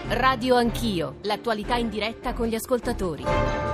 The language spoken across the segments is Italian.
Radio Anch'io, l'attualità in diretta con gli ascoltatori.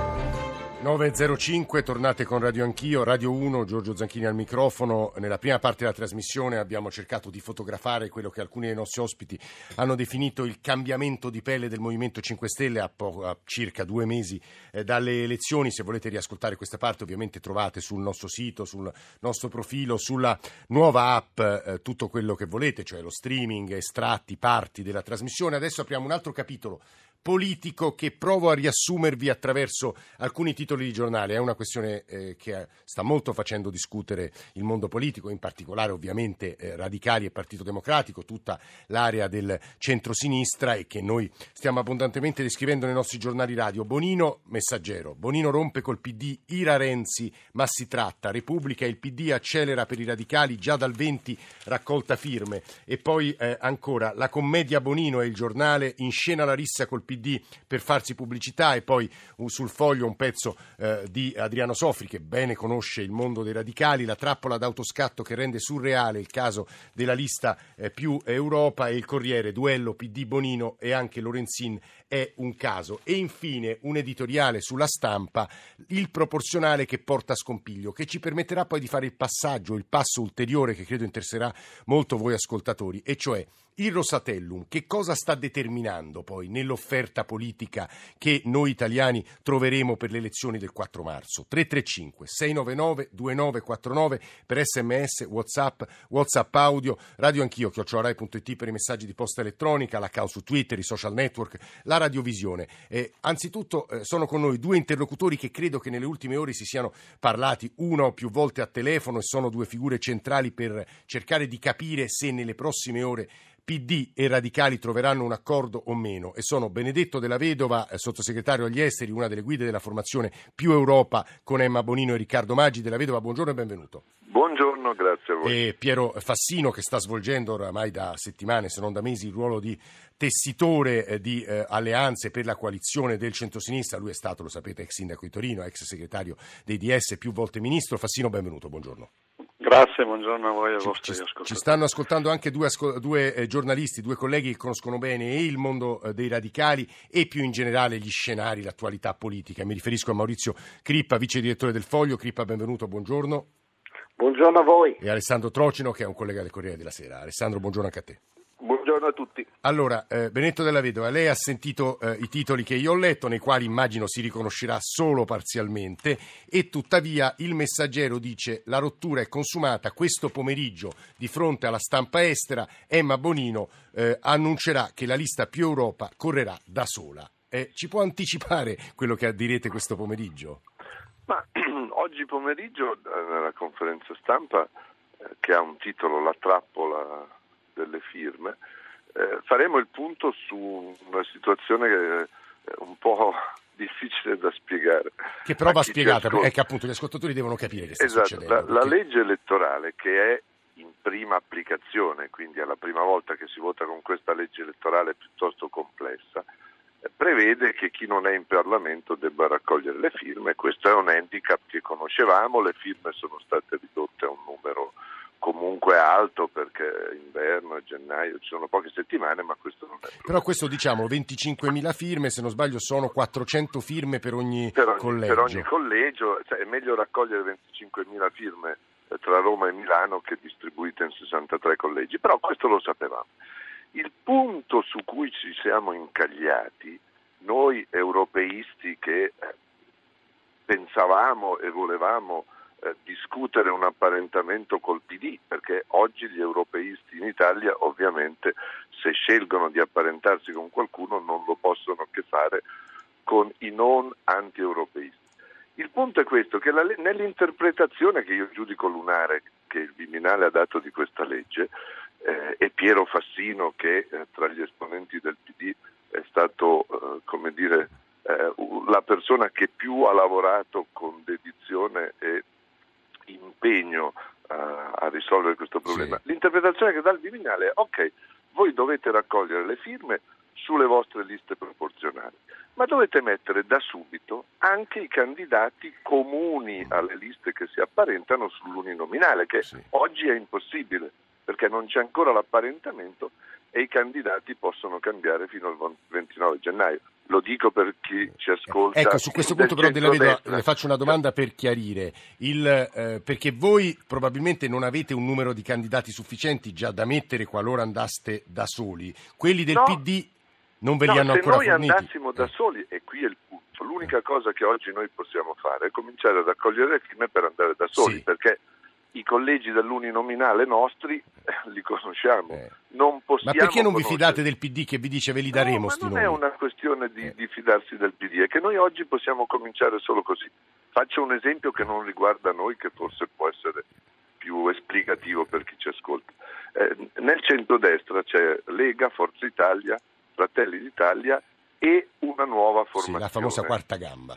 9.05, tornate con Radio Anch'io, Radio 1, Giorgio Zanchini al microfono. Nella prima parte della trasmissione abbiamo cercato di fotografare quello che alcuni dei nostri ospiti hanno definito il cambiamento di pelle del Movimento 5 Stelle a circa 2 mesi dalle elezioni. Se volete riascoltare questa parte ovviamente trovate sul nostro sito, sul nostro profilo, sulla nuova app tutto quello che volete, cioè lo streaming, estratti, parti della trasmissione. Adesso apriamo un altro capitolo politico che provo a riassumervi attraverso alcuni titoli di giornale. È una questione che sta molto facendo discutere il mondo politico, in particolare ovviamente Radicali e Partito Democratico, tutta l'area del centrosinistra, e che noi stiamo abbondantemente descrivendo nei nostri giornali radio. Bonino, Messaggero. Bonino rompe col PD, ira Renzi, ma si tratta. Repubblica, il PD accelera per i radicali, già dal 20 raccolta firme. E poi ancora la commedia Bonino, è il giornale, in scena la rissa col PD per farsi pubblicità. E poi sul Foglio un pezzo di Adriano Sofri, che bene conosce il mondo dei radicali, la trappola d'autoscatto che rende surreale il caso della lista più Europa. E il Corriere, duello PD Bonino e anche Lorenzin è un caso. E infine un editoriale sulla Stampa, il proporzionale che porta scompiglio, che ci permetterà poi di fare il passaggio, il passo ulteriore che credo interesserà molto voi ascoltatori, e cioè il Rosatellum che cosa sta determinando poi nell'offerta politica che noi italiani troveremo per le elezioni del 4 marzo. 335-699-2949 per sms, whatsapp audio, Radio Anch'io, @rai.it per i messaggi di posta elettronica, l'account su Twitter, i social network, la radiovisione. Anzitutto sono con noi due interlocutori che credo che nelle ultime ore si siano parlati una o più volte a telefono, e sono due figure centrali per cercare di capire se nelle prossime ore PD e Radicali troveranno un accordo o meno, e sono Benedetto Della Vedova, sottosegretario agli esteri, una delle guide della formazione Più Europa con Emma Bonino e Riccardo Maggi. Della Vedova, buongiorno e benvenuto. Buongiorno, grazie a voi. E Piero Fassino, che sta svolgendo oramai da settimane, se non da mesi, il ruolo di tessitore di alleanze per la coalizione del centrosinistra. Lui è stato, lo sapete, ex sindaco di Torino, ex segretario dei DS, più volte ministro. Fassino, benvenuto, buongiorno. Grazie, buongiorno a voi e ai vostri ascoltatori. Ci stanno ascoltando anche due giornalisti, due colleghi che conoscono bene e il mondo dei radicali e più in generale gli scenari, l'attualità politica. Mi riferisco a Maurizio Crippa, vice direttore del Foglio. Crippa, benvenuto, buongiorno. Buongiorno a voi. E Alessandro Trocino, che è un collega del Corriere della Sera. Alessandro, buongiorno anche a te. Buongiorno a tutti. Allora, Benedetto Della Vedova, lei ha sentito i titoli che io ho letto, nei quali immagino si riconoscerà solo parzialmente, e tuttavia il Messaggero dice: la rottura è consumata questo pomeriggio di fronte alla stampa estera. Emma Bonino annuncerà che la lista Più Europa correrà da sola. Ci può anticipare quello che direte questo pomeriggio? Ma oggi pomeriggio nella conferenza stampa che ha un titolo La trappola delle firme, faremo il punto su una situazione che è un po' difficile da spiegare. Che però va spiegata, perché che appunto gli ascoltatori devono capire che sta succedendo. La legge elettorale, che è in prima applicazione, quindi è la prima volta che si vota con questa legge elettorale piuttosto complessa, prevede che chi non è in Parlamento debba raccogliere le firme. Questo è un handicap che conoscevamo, le firme sono state ridotte a un numero comunque alto perché inverno e gennaio ci sono poche settimane, ma questo non è però questo, diciamo, 25.000 firme, se non sbaglio sono 400 firme per ogni collegio. Per ogni collegio, cioè, è meglio raccogliere 25.000 firme tra Roma e Milano che distribuite in 63 collegi, però questo lo sapevamo. Il punto su cui ci siamo incagliati, noi europeisti che pensavamo e volevamo discutere un apparentamento col PD, perché oggi gli europeisti in Italia ovviamente, se scelgono di apparentarsi con qualcuno, non lo possono che fare con i non anti-europeisti. Il punto è questo, che nell'interpretazione che io giudico lunare che il Viminale ha dato di questa legge, e Piero Fassino, che tra gli esponenti del PD è stato la persona che più ha lavorato con dedizione e impegno a risolvere questo problema. Sì. L'interpretazione che dà il Viminale è: ok, voi dovete raccogliere le firme sulle vostre liste proporzionali, ma dovete mettere da subito anche i candidati comuni alle liste che si apparentano sull'uninominale, che oggi è impossibile. perché non c'è ancora l'apparentamento e i candidati possono cambiare fino al 29 gennaio. Lo dico per chi ci ascolta. Ecco, su questo punto però le faccio una domanda per chiarire, perché voi probabilmente non avete un numero di candidati sufficienti già da mettere qualora andaste da soli. Quelli del PD non ve li hanno ancora forniti? Se noi andassimo da soli, e qui è il punto, l'unica cosa che oggi noi possiamo fare è cominciare a raccogliere le firme per andare da soli, perché i collegi dell'uninominale nostri li conosciamo, non possiamo. Ma perché non vi fidate del PD che vi dice ve li daremo sti nomi? Non è una questione di fidarsi del PD, è che noi oggi possiamo cominciare solo così. Faccio un esempio che non riguarda noi, che forse può essere più esplicativo per chi ci ascolta. Nel centrodestra c'è Lega, Forza Italia, Fratelli d'Italia e una nuova formazione. La famosa quarta gamba.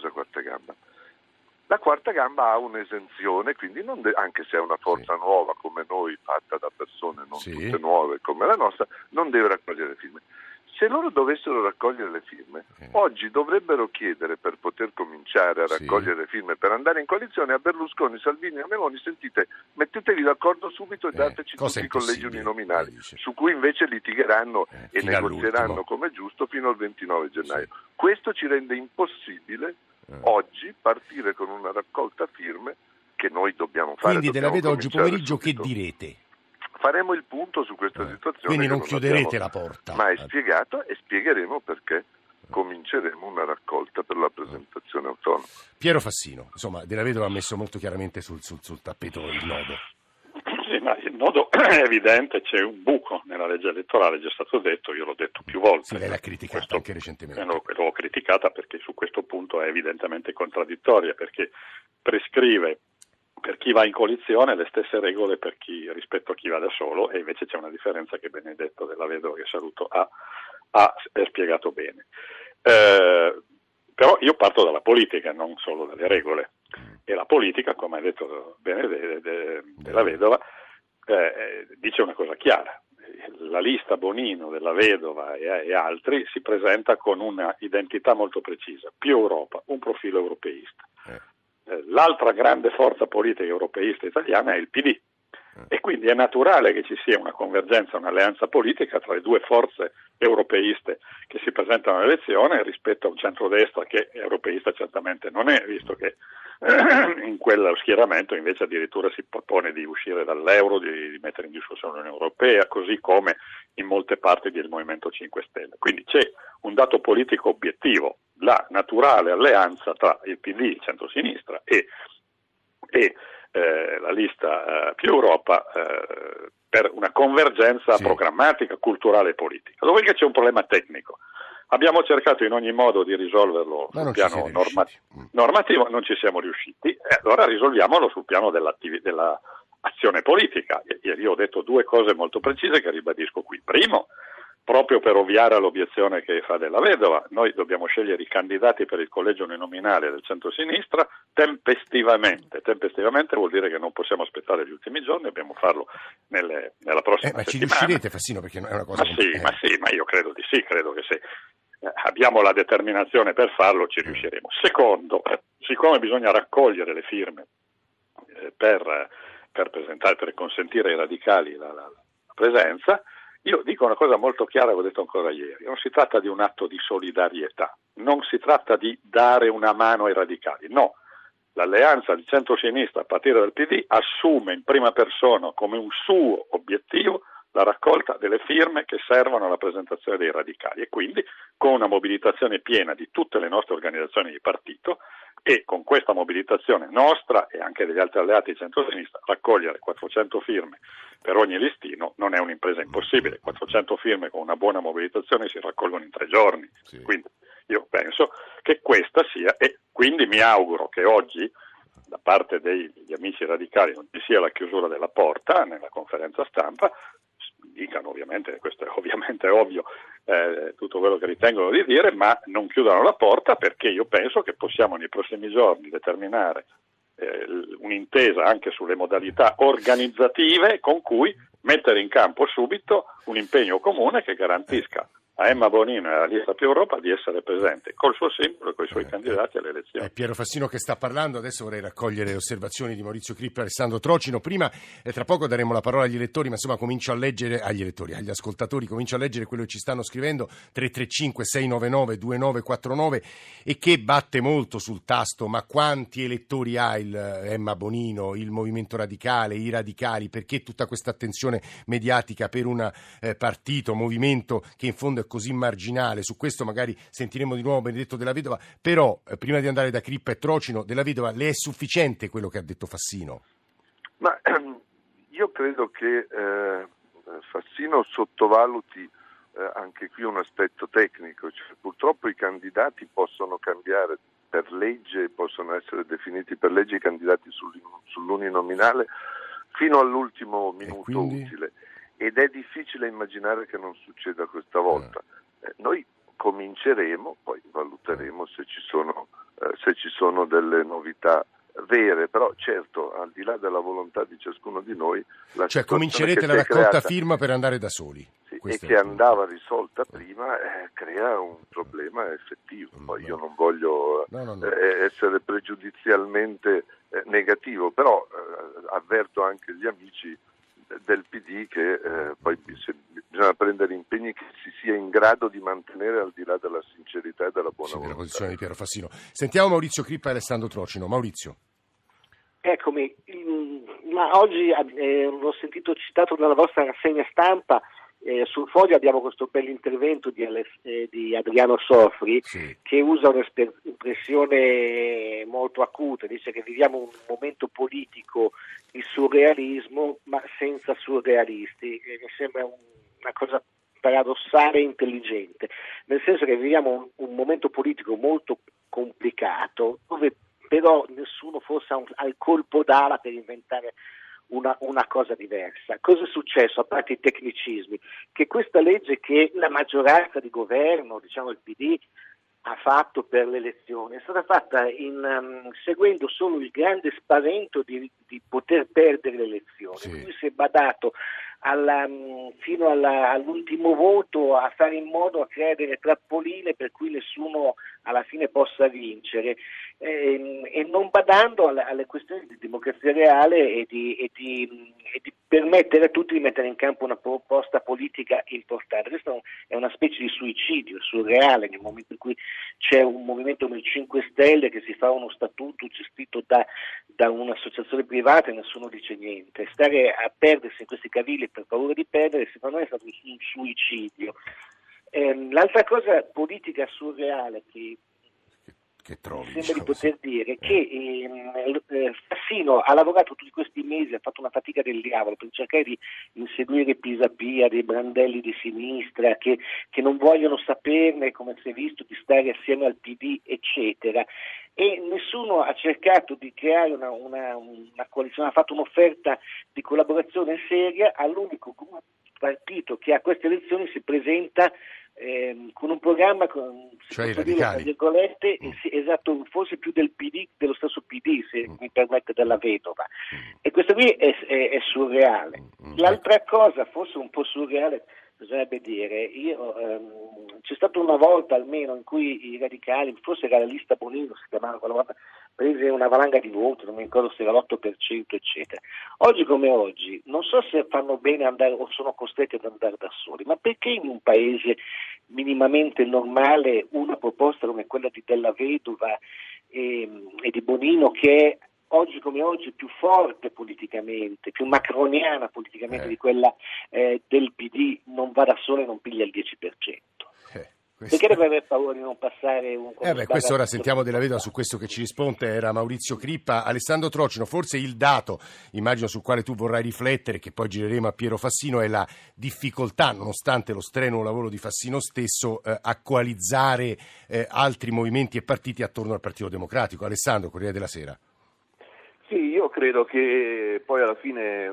La quarta gamba ha un'esenzione, quindi anche se è una forza nuova come noi, fatta da persone non tutte nuove come la nostra, non deve raccogliere firme. Se loro dovessero raccogliere le firme, oggi dovrebbero chiedere, per poter cominciare a raccogliere le firme per andare in coalizione, a Berlusconi, Salvini e a Meloni: sentite, mettetevi d'accordo subito e dateci tutti i collegi uninominali, su cui invece litigheranno e negozieranno come giusto fino al 29 gennaio. Questo ci rende impossibile oggi partire con una raccolta firme che noi dobbiamo fare. Quindi la vedo oggi pomeriggio subito. Che direte? Faremo il punto su questa situazione. Quindi non chiuderete la porta. Ma è spiegato e spiegheremo perché cominceremo una raccolta per la presentazione autonoma. Piero Fassino, insomma, Della Vedova ha messo molto chiaramente sul tappeto il nodo. Sì, ma il nodo è evidente, c'è un buco nella legge elettorale, già stato detto, io l'ho detto più volte. Sì, lei l'ha criticata anche recentemente. L'ho criticata perché su questo punto è evidentemente contraddittoria, perché prescrive per chi va in coalizione le stesse regole rispetto a chi va da solo, e invece c'è una differenza che Benedetto Della Vedova, che saluto, ha spiegato bene. Però io parto dalla politica, non solo dalle regole, e la politica, come ha detto Benedetto Della Vedova, dice una cosa chiara: la lista Bonino, Della Vedova e altri si presenta con una identità molto precisa: più Europa, un profilo europeista. L'altra grande forza politica europeista italiana è il PD, e quindi è naturale che ci sia una convergenza, un'alleanza politica tra le due forze europeiste che si presentano all'elezione rispetto a un centrodestra che europeista certamente non è, visto che in quel schieramento invece addirittura si propone di uscire dall'euro, di mettere in discussione l'Unione Europea, così come in molte parti del Movimento 5 Stelle. Quindi c'è un dato politico obiettivo: la naturale alleanza tra il PD, il centro-sinistra, e la lista più Europa per una convergenza programmatica, culturale e politica. Dopodiché c'è un problema tecnico. Abbiamo cercato in ogni modo di risolverlo sul piano normativo, non ci siamo riusciti, e allora risolviamolo sul piano dell'azione politica. Io ho detto due cose molto precise che ribadisco qui. Primo, proprio per ovviare all'obiezione che fa Della Vedova, noi dobbiamo scegliere i candidati per il collegio uninominale del centro-sinistra tempestivamente. Tempestivamente vuol dire che non possiamo aspettare gli ultimi giorni, dobbiamo farlo nella prossima settimana. Ma ci riuscirete, Fassino, perché è una cosa... Ma io credo di sì, credo che se abbiamo la determinazione per farlo ci riusciremo. Secondo, siccome bisogna raccogliere le firme per presentare, per consentire ai radicali la presenza, io dico una cosa molto chiara che ho detto ancora ieri: non si tratta di un atto di solidarietà, non si tratta di dare una mano ai radicali, no. L'alleanza di centro-sinistra a partire dal PD assume in prima persona come un suo obiettivo la raccolta delle firme che servono alla presentazione dei radicali, e quindi con una mobilitazione piena di tutte le nostre organizzazioni di partito, e con questa mobilitazione nostra e anche degli altri alleati di centro-sinistra raccogliere 400 firme per ogni listino non è un'impresa impossibile. 400 firme con una buona mobilitazione si raccolgono in 3 giorni, quindi io penso che questa sia, e quindi mi auguro che oggi da parte degli amici radicali non ci sia la chiusura della porta nella conferenza stampa, dicano ovviamente, questo è ovviamente ovvio, tutto quello che ritengono di dire, ma non chiudano la porta, perché io penso che possiamo nei prossimi giorni determinare un'intesa anche sulle modalità organizzative con cui mettere in campo subito un impegno comune che garantisca a Emma Bonino e alla lista Più Europa di essere presente col suo simbolo e con i suoi candidati alle elezioni. È Piero Fassino che sta parlando, adesso vorrei raccogliere le osservazioni di Maurizio Crippa e Alessandro Trocino. Prima, tra poco daremo la parola agli elettori, ma insomma comincio a leggere, agli ascoltatori, comincio a leggere quello che ci stanno scrivendo, 335-699-2949, e che batte molto sul tasto, ma quanti elettori ha il Emma Bonino, il Movimento Radicale, i radicali, perché tutta questa attenzione mediatica per un partito, movimento che in fondo è così marginale? Su questo magari sentiremo di nuovo Benedetto Della Vedova, però prima di andare da Crippa e Trocino, Della Vedova, le è sufficiente quello che ha detto Fassino? Ma io credo che Fassino sottovaluti anche qui un aspetto tecnico, cioè, purtroppo i candidati possono cambiare per legge, possono essere definiti per legge i candidati sull'uninominale fino all'ultimo minuto utile, ed è difficile immaginare che non succeda questa volta. Noi cominceremo, poi valuteremo se ci sono delle novità vere, però certo, al di là della volontà di ciascuno di noi, cioè comincerete la raccolta firma per andare da soli. Sì, e che andava risolta prima, crea un problema effettivo. Poi io non voglio essere pregiudizialmente negativo, però avverto anche gli amici del PD che poi bisogna prendere impegni che si sia in grado di mantenere al di là della sincerità e della buona volontà. Della posizione di Piero Fassino. Sentiamo Maurizio Crippa e Alessandro Trocino. Maurizio. Eccomi, ma oggi l'ho sentito citato nella vostra rassegna stampa. Sul Foglio abbiamo questo bell'intervento di Adriano Sofri, sì, che usa un'espressione molto acuta, dice che viviamo un momento politico di surrealismo ma senza surrealisti. Mi sembra una cosa paradossale e intelligente, nel senso che viviamo un momento politico molto complicato, dove però nessuno forse ha il colpo d'ala per inventare una cosa diversa. Cosa è successo, a parte i tecnicismi? Che questa legge che la maggioranza di governo, diciamo il PD, ha fatto per l'elezione è stata fatta seguendo solo il grande spavento di poter perdere le elezioni. Sì. Quindi si è badato fino all'ultimo voto a fare in modo a creare delle trappoline per cui nessuno alla fine possa vincere, e non badando alle questioni di democrazia reale e di permettere a tutti di mettere in campo una proposta politica importante. Questo è una specie di suicidio surreale, nel momento in cui c'è un movimento come il 5 Stelle che si fa uno statuto gestito da un'associazione privata e nessuno dice niente. Stare a perdersi in questi cavilli per paura di perdere, secondo me è stato un suicidio. L'altra cosa politica surreale che trovi, sembra di poter dire che Fassino ha lavorato tutti questi mesi, ha fatto una fatica del diavolo per cercare di inseguire Pisapia, dei brandelli di sinistra che non vogliono saperne, come si è visto, di stare assieme al PD, eccetera, e nessuno ha cercato di creare una coalizione, ha fatto un'offerta di collaborazione seria all'unico partito che a queste elezioni si presenta con un programma cioè i radicali, tra virgolette, esatto, forse più del PD, dello stesso PD, se mi permette, Della Vedova, e questo qui è surreale. L'altra cosa, forse un po' surreale, bisognerebbe dire, c'è stata una volta almeno in cui i radicali, forse era la lista Bonino, si chiamava quella volta, prese una valanga di voto, non mi ricordo se era l'8%, eccetera. Oggi come oggi, non so se fanno bene andare o sono costretti ad andare da soli, ma perché in un paese minimamente normale una proposta come quella di Della Vedova e di Bonino, che è oggi come oggi più forte politicamente, più macroniana politicamente di quella del PD, non va da sola e non piglia il 10%. Perché deve aver paura di non passare questo ora sentiamo Della Vedova su questo che ci risponde. Era Maurizio Crippa. Alessandro Trocino, forse il dato, immagino, sul quale tu vorrai riflettere, che poi gireremo a Piero Fassino, è la difficoltà, nonostante lo strenuo lavoro di Fassino stesso, a coalizzare altri movimenti e partiti attorno al Partito Democratico. Alessandro, Corriere della Sera. Sì, io credo che poi alla fine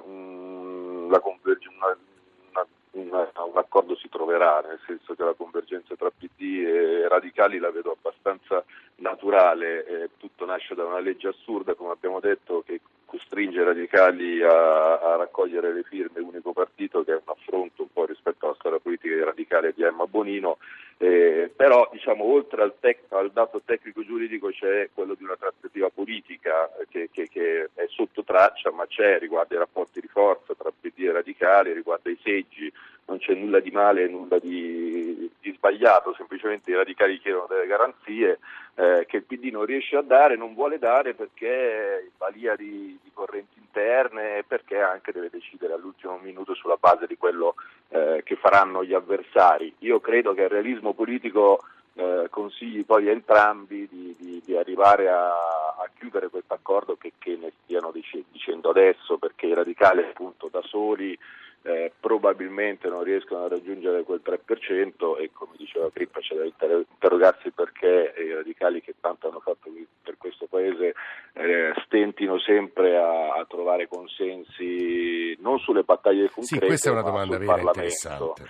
un accordo si troverà, nel senso che la convergenza tra PD e radicali la vedo abbastanza naturale. Tutto nasce da una legge assurda, come abbiamo detto, che costringe i radicali a raccogliere le firme unico partito, che è un affronto un po' rispetto alla storia politica dei radicale di Emma Bonino. Però diciamo oltre al dato tecnico giuridico c'è quello di una trattativa politica che è sotto traccia, ma riguarda i rapporti di forza tra PD e radicali, riguarda i seggi, non c'è nulla di male, nulla di sbagliato, semplicemente i radicali chiedono delle garanzie che il PD non riesce a dare, non vuole dare perché balia di correnti interne e perché anche deve decidere all'ultimo minuto sulla base di quello che faranno gli avversari. Io credo che il realismo politico consigli poi a entrambi di arrivare a chiudere questo accordo che ne stiano dicendo adesso, perché i radicali appunto da soli probabilmente non riescono a raggiungere quel 3% e come diceva Crippa c'è da interrogarsi perché i radicali che tanto hanno fatto per questo paese stentino sempre a trovare consensi non sulle battaglie concrete. Sì, questa è una domanda vera e interessante.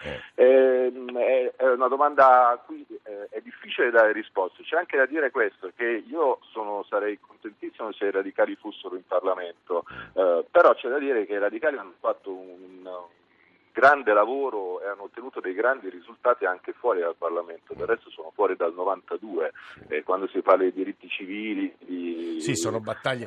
È una domanda a cui è difficile dare risposte. C'è anche da dire questo, che io sarei contentissimo se i radicali fossero in Parlamento, però c'è da dire che i radicali hanno fatto un grande lavoro e hanno ottenuto dei grandi risultati anche fuori dal Parlamento. Del resto sono fuori dal 92, quando si parla di diritti civili, sono battaglie.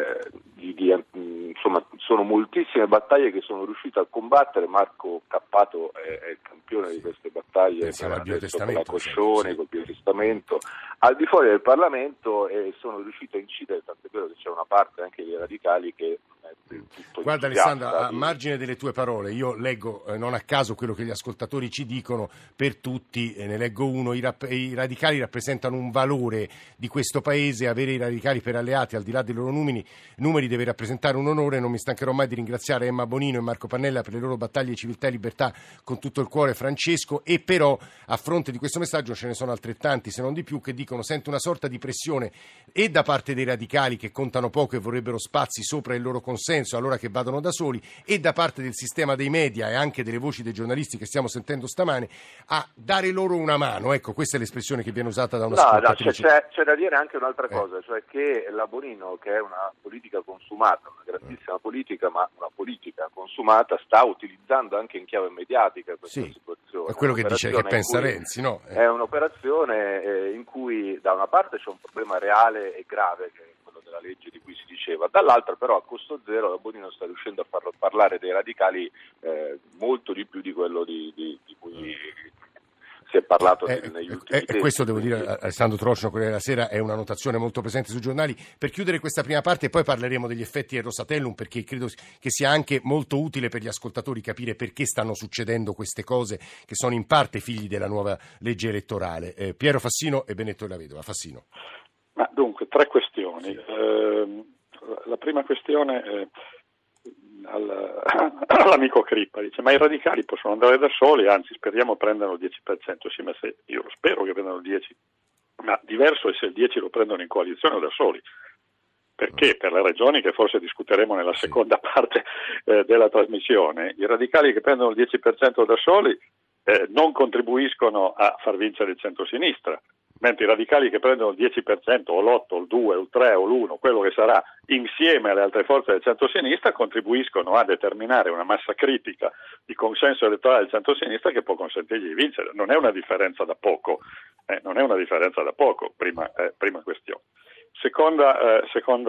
Insomma, sono moltissime battaglie che sono riuscito a combattere. Marco Cappato è il campione di queste battaglie. Pensiamo al biotestamento, con la Coscione, col biotestamento, al di fuori del Parlamento, e sono riuscito a incidere, tant'è vero che c'è una parte anche dei radicali che Guarda Alessandro, a margine delle tue parole, io leggo non a caso quello che gli ascoltatori ci dicono, per tutti, ne leggo uno: i radicali rappresentano un valore di questo paese, avere i radicali per alleati al di là dei loro numeri deve rappresentare un onore. Non mi stancherò mai di ringraziare Emma Bonino e Marco Pannella per le loro battaglie di civiltà e libertà con tutto il cuore, Francesco. E però a fronte di questo messaggio ce ne sono altrettanti, se non di più, che dicono: sento una sorta di pressione e da parte dei radicali, che contano poco e vorrebbero spazi sopra il loro consenso allora che vadano da soli, e da parte del sistema dei media e anche delle voci dei giornalisti che stiamo sentendo stamane, a dare loro una mano. Ecco, questa è l'espressione che viene usata da una ascoltatrice. C'è da dire anche un'altra cosa, cioè che la Bonino, che è una politica consumata, una grandissima politica, ma una politica consumata, sta utilizzando anche in chiave mediatica questa situazione. È quello che dice, che pensa Renzi, no? È un'operazione in cui da una parte c'è un problema reale e grave, che è quello della legge di cui si diceva, dall'altra però a costo zero la Bonino sta riuscendo a far parlare dei radicali molto di più di quello di cui si è parlato negli ultimi tempi. Questo devo dire, Alessandro Trocino, Corriere della Sera, è una notazione molto presente sui giornali. Per chiudere questa prima parte, poi parleremo degli effetti del Rosatellum, perché credo che sia anche molto utile per gli ascoltatori capire perché stanno succedendo queste cose che sono in parte figli della nuova legge elettorale. Piero Fassino e Benedetto Della Vedova. Fassino. Ma dunque, 3 questioni. La prima questione all'amico Crippa dice: ma i radicali possono andare da soli, anzi speriamo prendano il 10%. Sì, ma se io spero che prendano il 10%, ma diverso è se il 10% lo prendono in coalizione o da soli, perché per le ragioni che forse discuteremo nella seconda parte della trasmissione, i radicali che prendono il 10% da soli non contribuiscono a far vincere il centro-sinistra, mentre i radicali che prendono il 10% o l'8, o il 2, o il 3 o l'1, quello che sarà, insieme alle altre forze del centro-sinistra, contribuiscono a determinare una massa critica di consenso elettorale del centro-sinistra che può consentirgli di vincere. Non è una differenza da poco, prima questione. Seconda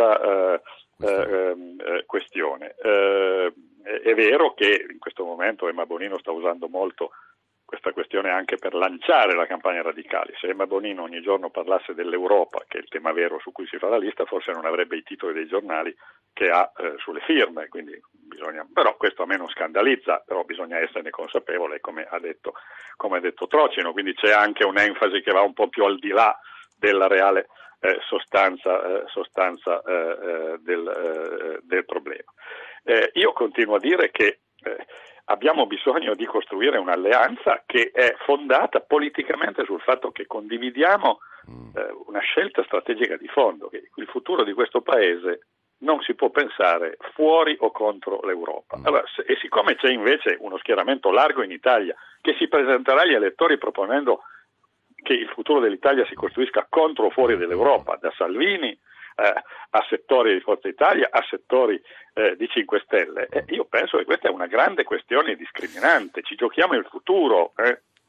questione. È vero che in questo momento Emma Bonino sta usando molto questa questione anche per lanciare la campagna radicale. Se Emma Bonino ogni giorno parlasse dell'Europa, che è il tema vero su cui si fa la lista, forse non avrebbe i titoli dei giornali che ha sulle firme, quindi però questo a me non scandalizza, però bisogna esserne consapevole, come ha detto Trocino, quindi c'è anche un'enfasi che va un po' più al di là della reale sostanza del problema. Io continuo a dire che abbiamo bisogno di costruire un'alleanza che è fondata politicamente sul fatto che condividiamo una scelta strategica di fondo, che il futuro di questo paese non si può pensare fuori o contro l'Europa. Allora, e siccome c'è invece uno schieramento largo in Italia che si presenterà agli elettori proponendo che il futuro dell'Italia si costruisca contro o fuori dall'Europa, da Salvini a settori di Forza Italia, a settori di 5 Stelle. Io penso che questa è una grande questione discriminante. Ci giochiamo il futuro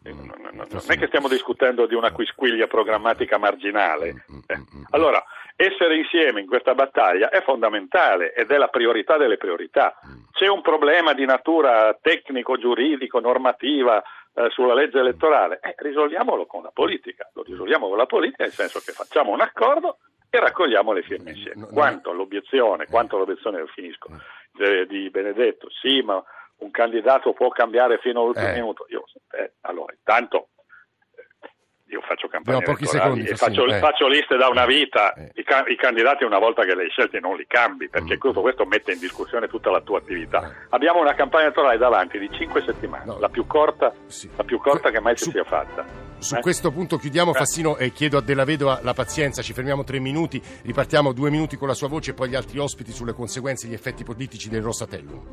è che stiamo discutendo di una quisquiglia programmatica marginale. Allora, essere insieme in questa battaglia è fondamentale ed è la priorità delle priorità. C'è un problema di natura tecnico, giuridico, normativa sulla legge elettorale, risolviamolo con la politica. Lo risolviamo con la politica nel senso che facciamo un accordo e raccogliamo le firme insieme. Quanto all'obiezione, finisco, di Benedetto, sì, ma un candidato può cambiare fino all'ultimo minuto. Allora, intanto io faccio campagna elettorali e faccio liste da una vita. I candidati, una volta che li hai scelti, non li cambi, perché questo mette in discussione tutta la tua attività. Abbiamo una campagna elettorale davanti di 5 settimane, la più corta che mai si sia fatta. Su questo punto chiudiamo, Fassino, e chiedo a Della Vedova la pazienza. Ci fermiamo 3 minuti, ripartiamo 2 minuti con la sua voce e poi gli altri ospiti sulle conseguenze e gli effetti politici del Rosatellum.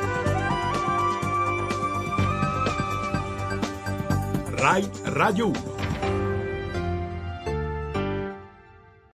Rai Radio 1.